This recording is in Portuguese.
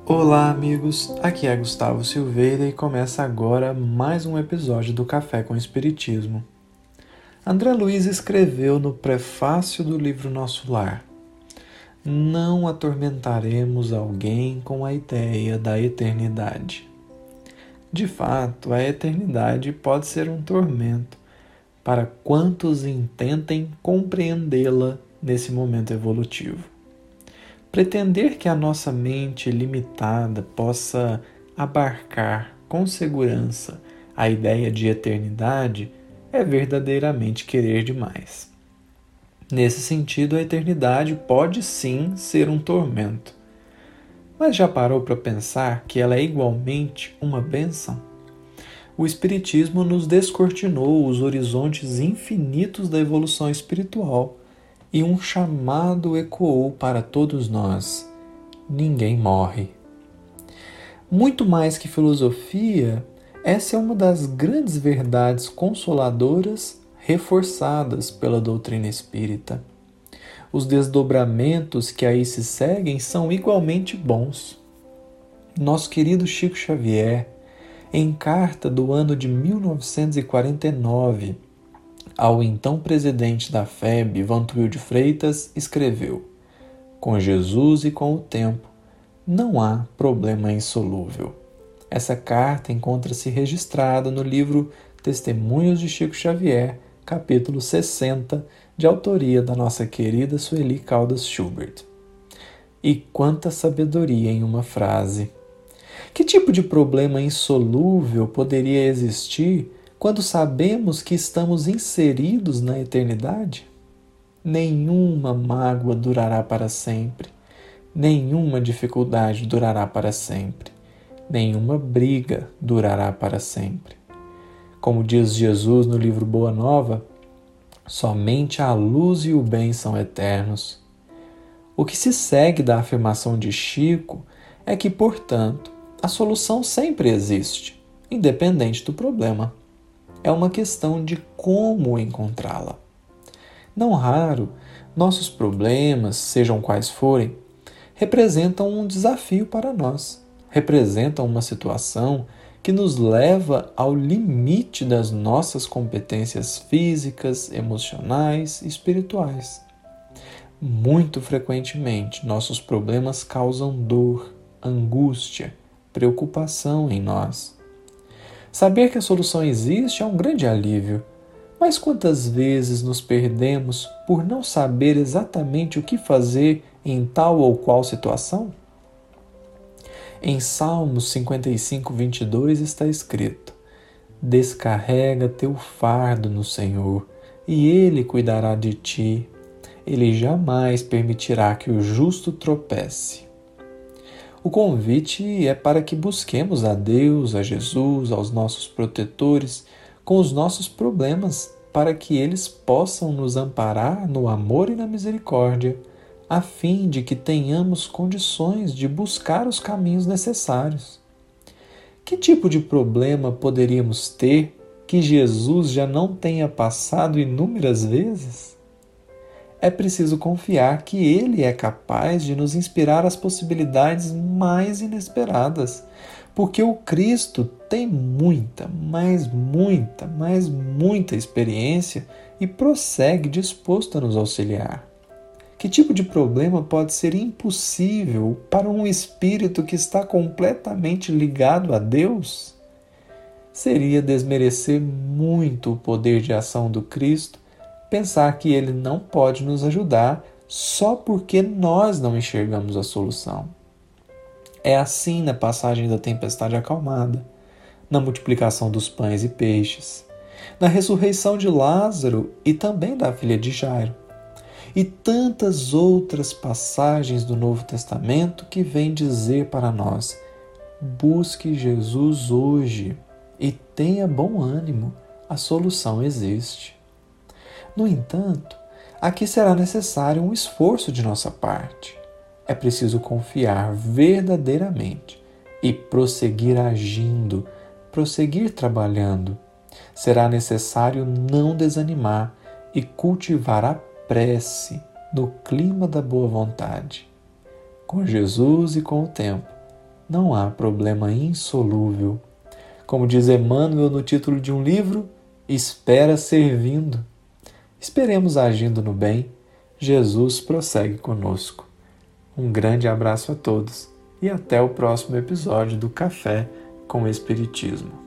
Olá, amigos. Aqui é Gustavo Silveira e começa agora mais um episódio do Café com Espiritismo. André Luiz escreveu no prefácio do livro Nosso Lar: não atormentaremos alguém com a ideia da eternidade. De fato, a eternidade pode ser um tormento para quantos intentem compreendê-la nesse momento evolutivo. Pretender que a nossa mente limitada possa abarcar com segurança a ideia de eternidade é verdadeiramente querer demais. Nesse sentido, a eternidade pode sim ser um tormento. Mas já parou para pensar que ela é igualmente uma bênção? O Espiritismo nos descortinou os horizontes infinitos da evolução espiritual e um chamado ecoou para todos nós: ninguém morre. Muito mais que filosofia, essa é uma das grandes verdades consoladoras reforçadas pela doutrina espírita. Os desdobramentos que aí se seguem são igualmente bons. Nosso querido Chico Xavier, em carta do ano de 1949, ao então presidente da FEB, Vantuil de Freitas, escreveu: com Jesus e com o tempo, não há problema insolúvel. Essa carta encontra-se registrada no livro Testemunhos de Chico Xavier, capítulo 60, de autoria da nossa querida Sueli Caldas Schubert. E quanta sabedoria em uma frase! Que tipo de problema insolúvel poderia existir quando sabemos que estamos inseridos na eternidade? Nenhuma mágoa durará para sempre, nenhuma dificuldade durará para sempre, nenhuma briga durará para sempre. Como diz Jesus no livro Boa Nova, somente a luz e o bem são eternos. O que se segue da afirmação de Chico é que, portanto, a solução sempre existe, independente do problema. É uma questão de como encontrá-la. Não raro, nossos problemas, sejam quais forem, representam um desafio para nós, representam uma situação que nos leva ao limite das nossas competências físicas, emocionais e espirituais. Muito frequentemente, nossos problemas causam dor, angústia, preocupação em nós. Saber que a solução existe é um grande alívio, mas quantas vezes nos perdemos por não saber exatamente o que fazer em tal ou qual situação? Em Salmos 55, 22 está escrito: descarrega teu fardo no Senhor, e Ele cuidará de ti. Ele jamais permitirá que o justo tropece. O convite é para que busquemos a Deus, a Jesus, aos nossos protetores, com os nossos problemas, para que eles possam nos amparar no amor e na misericórdia, a fim de que tenhamos condições de buscar os caminhos necessários. Que tipo de problema poderíamos ter que Jesus já não tenha passado inúmeras vezes? É preciso confiar que Ele é capaz de nos inspirar as possibilidades mais inesperadas, porque o Cristo tem muita experiência e prossegue disposto a nos auxiliar. Que tipo de problema pode ser impossível para um espírito que está completamente ligado a Deus? Seria desmerecer muito o poder de ação do Cristo pensar que Ele não pode nos ajudar só porque nós não enxergamos a solução. É assim na passagem da tempestade acalmada, na multiplicação dos pães e peixes, na ressurreição de Lázaro e também da filha de Jairo, e tantas outras passagens do Novo Testamento que vêm dizer para nós: busque Jesus hoje e tenha bom ânimo, a solução existe. No entanto, aqui será necessário um esforço de nossa parte. É preciso confiar verdadeiramente e prosseguir agindo, prosseguir trabalhando. Será necessário não desanimar e cultivar a prece no clima da boa vontade. Com Jesus e com o tempo, Não há problema insolúvel. Como diz Emmanuel no título de um livro, espera servindo. Esperemos agindo no bem, Jesus prossegue conosco. Um grande abraço a todos e até o próximo episódio do Café com Espiritismo.